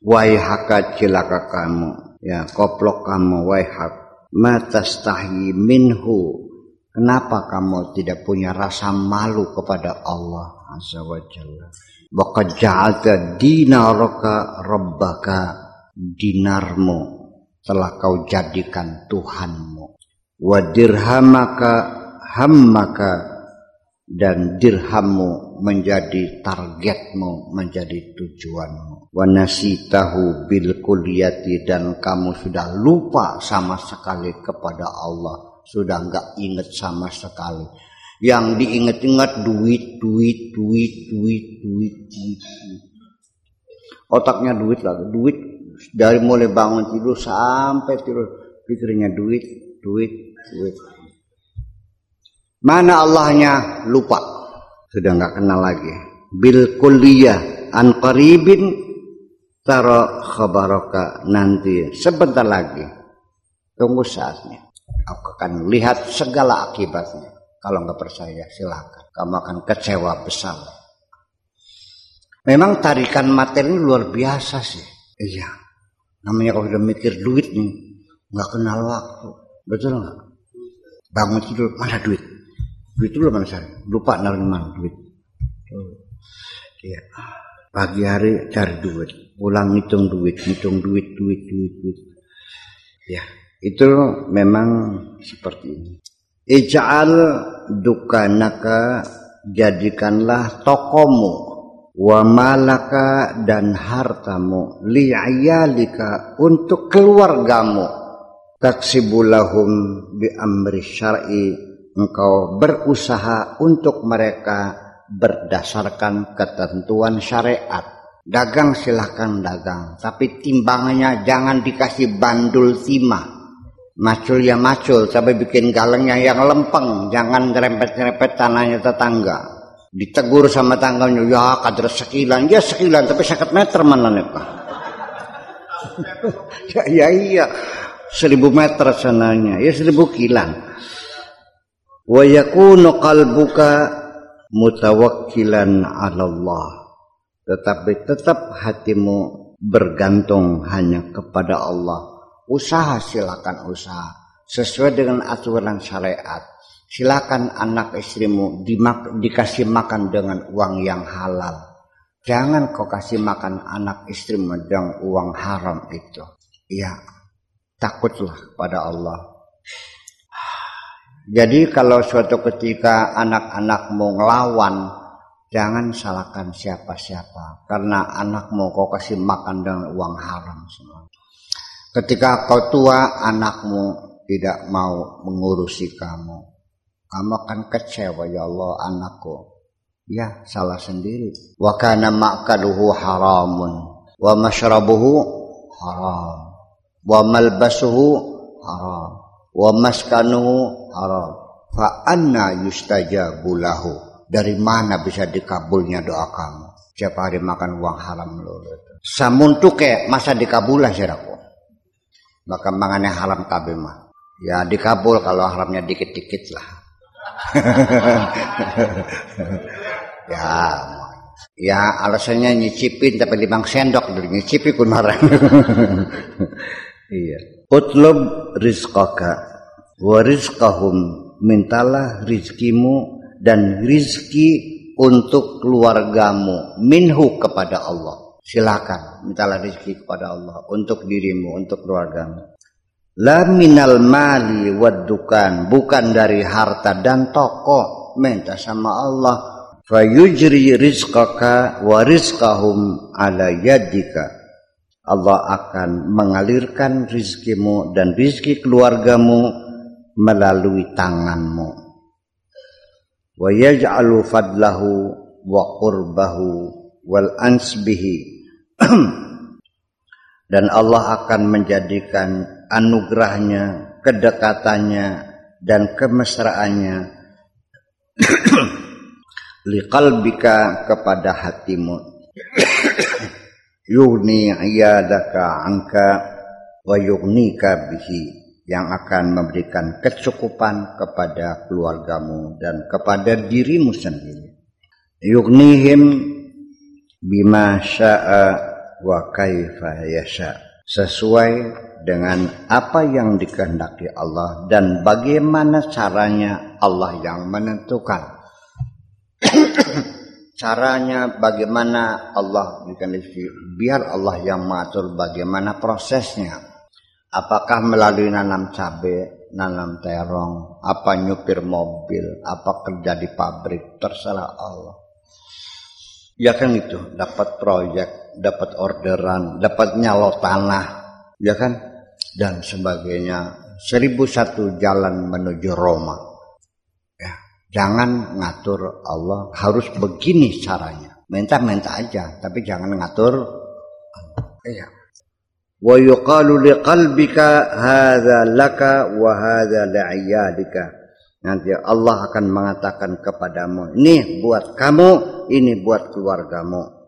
Waihaka, cilaka kamu, ya koplok kamu, waihak. Matastahi minhu, kenapa kamu tidak punya rasa malu kepada Allah Azza wa Jalla? Wa qad ja'alta dinaraka rabbaka, dinarmu telah kau jadikan Tuhanmu. Wa dirhamaka hammaka, dan dirhammu menjadi targetmu, menjadi tujuanmu. Wa nasitahu bil kulliyati, dan kamu sudah lupa sama sekali kepada Allah, sudah enggak ingat sama sekali. Yang diingat-ingat duit. Otaknya duit lagi, duit dari mulai bangun tidur sampai tidur pikirnya duit. Mana Allahnya? Lupa, sudah enggak kenal lagi. Bil kulliyah an qaribin tara khabaraka, nanti sebentar lagi, tunggu saatnya aku akan lihat segala akibatnya. Kalau enggak percaya silakan, kamu akan kecewa besar. Memang tarikan materi ini luar biasa sih. Iya, namanya kalau udah mikir duit nih enggak kenal waktu, betul enggak? Bangun tidur, mana duit? Duit itu mana cari? Lupa naruh mana duit. Iya. Pagi hari cari duit, pulang ngitung duit. Ya, itu memang seperti ini. Ij'al dukanaka, jadikanlah tokomu, wa malaka, dan hartamu, li'ayalika, untuk keluargamu, taksibulahum bi amri syar'i, engkau berusaha untuk mereka berdasarkan ketentuan syariat. Dagang silahkan dagang, tapi timbangannya jangan dikasih bandul timah. Macul ya macul, tapi bikin galengnya yang lempeng, jangan nyerempet-nyerempet tanahnya tetangga. Ditegur sama tangganya, ya kadar sekilan, ya sekilan, tapi 1 meter mana nih Pak? Iya, 1000 meter sananya, ya 1000 kilan. Wa yakunu qalbuka mutawakkilan 'ala Allah, tetapi tetap hatimu bergantung hanya kepada Allah. Usaha silakan usaha sesuai dengan aturan syariat. Silakan anak istrimu dikasih makan dengan uang yang halal. Jangan kau kasih makan anak istrimu dengan uang haram itu. Ya, takutlah pada Allah. Jadi kalau suatu ketika anak-anakmu ngelawan, jangan salahkan siapa-siapa, karena anakmu kau kasih makan dengan uang haram semua. Ketika kau tua, anakmu tidak mau mengurusi kamu akan kecewa, ya Allah anakku. Ya, salah sendiri. Wa kana ma'kaluhu haramun, wa mashrabuhu haram, wa malbasuhu haram, wa maskanuhu haram. Fa anna yustajabu lahu, dari mana bisa dikabulnya doa kamu? Setiap hari makan uang haram lo. Samun tuke masa dikabulah siraku. Maka mangannya haram kabeh mah. Ya dikabul kalau haramnya dikit-dikit lah. Ya alasannya nyicipin tapi 5 sendok dari nyicipi kun marah. Iya. Utlub rizqaka wa rizqahum, mintalah rizkimu dan rizki untuk keluargamu, minhu, kepada Allah. Silakan mintalah rezeki kepada Allah untuk dirimu, untuk keluargamu. La minal mali wad dukan, bukan dari harta dan toko, minta sama Allah. Fa yujri rizqaka wa rizqahum ala yadika, Allah akan mengalirkan rizkimu dan rizki keluargamu melalui tanganmu. Wa yaj'alu fadlahu wa qurbahu wal ansbihi, dan Allah akan menjadikan anugerahnya, kedekatannya dan kemesraannya liqalbika, kepada hatimu. Yughni iyadaka anka wa yughnika bihi, yang akan memberikan kecukupan kepada keluargamu dan kepada dirimu sendiri. Yughnihim bima sya'a wa kaifa yasha, sesuai dengan apa yang dikehendaki Allah dan bagaimana caranya Allah yang menentukan. Caranya bagaimana Allah dikehendaki, biar Allah yang mengatur bagaimana prosesnya. Apakah melalui nanam cabai, nanam terong, apa nyupir mobil, apa kerja di pabrik, terserah Allah. Ya kan itu, dapat proyek, dapat orderan, dapat nyalot tanah, ya kan, dan sebagainya. 1001 jalan menuju Roma. Ya, jangan ngatur Allah harus begini caranya. Minta-minta aja, tapi jangan ngatur. Iya. Wa yuqalu liqalbika hadza laka wa hadza li'iyadika. Nanti Allah akan mengatakan kepadamu, ini buat kamu, ini buat keluargamu.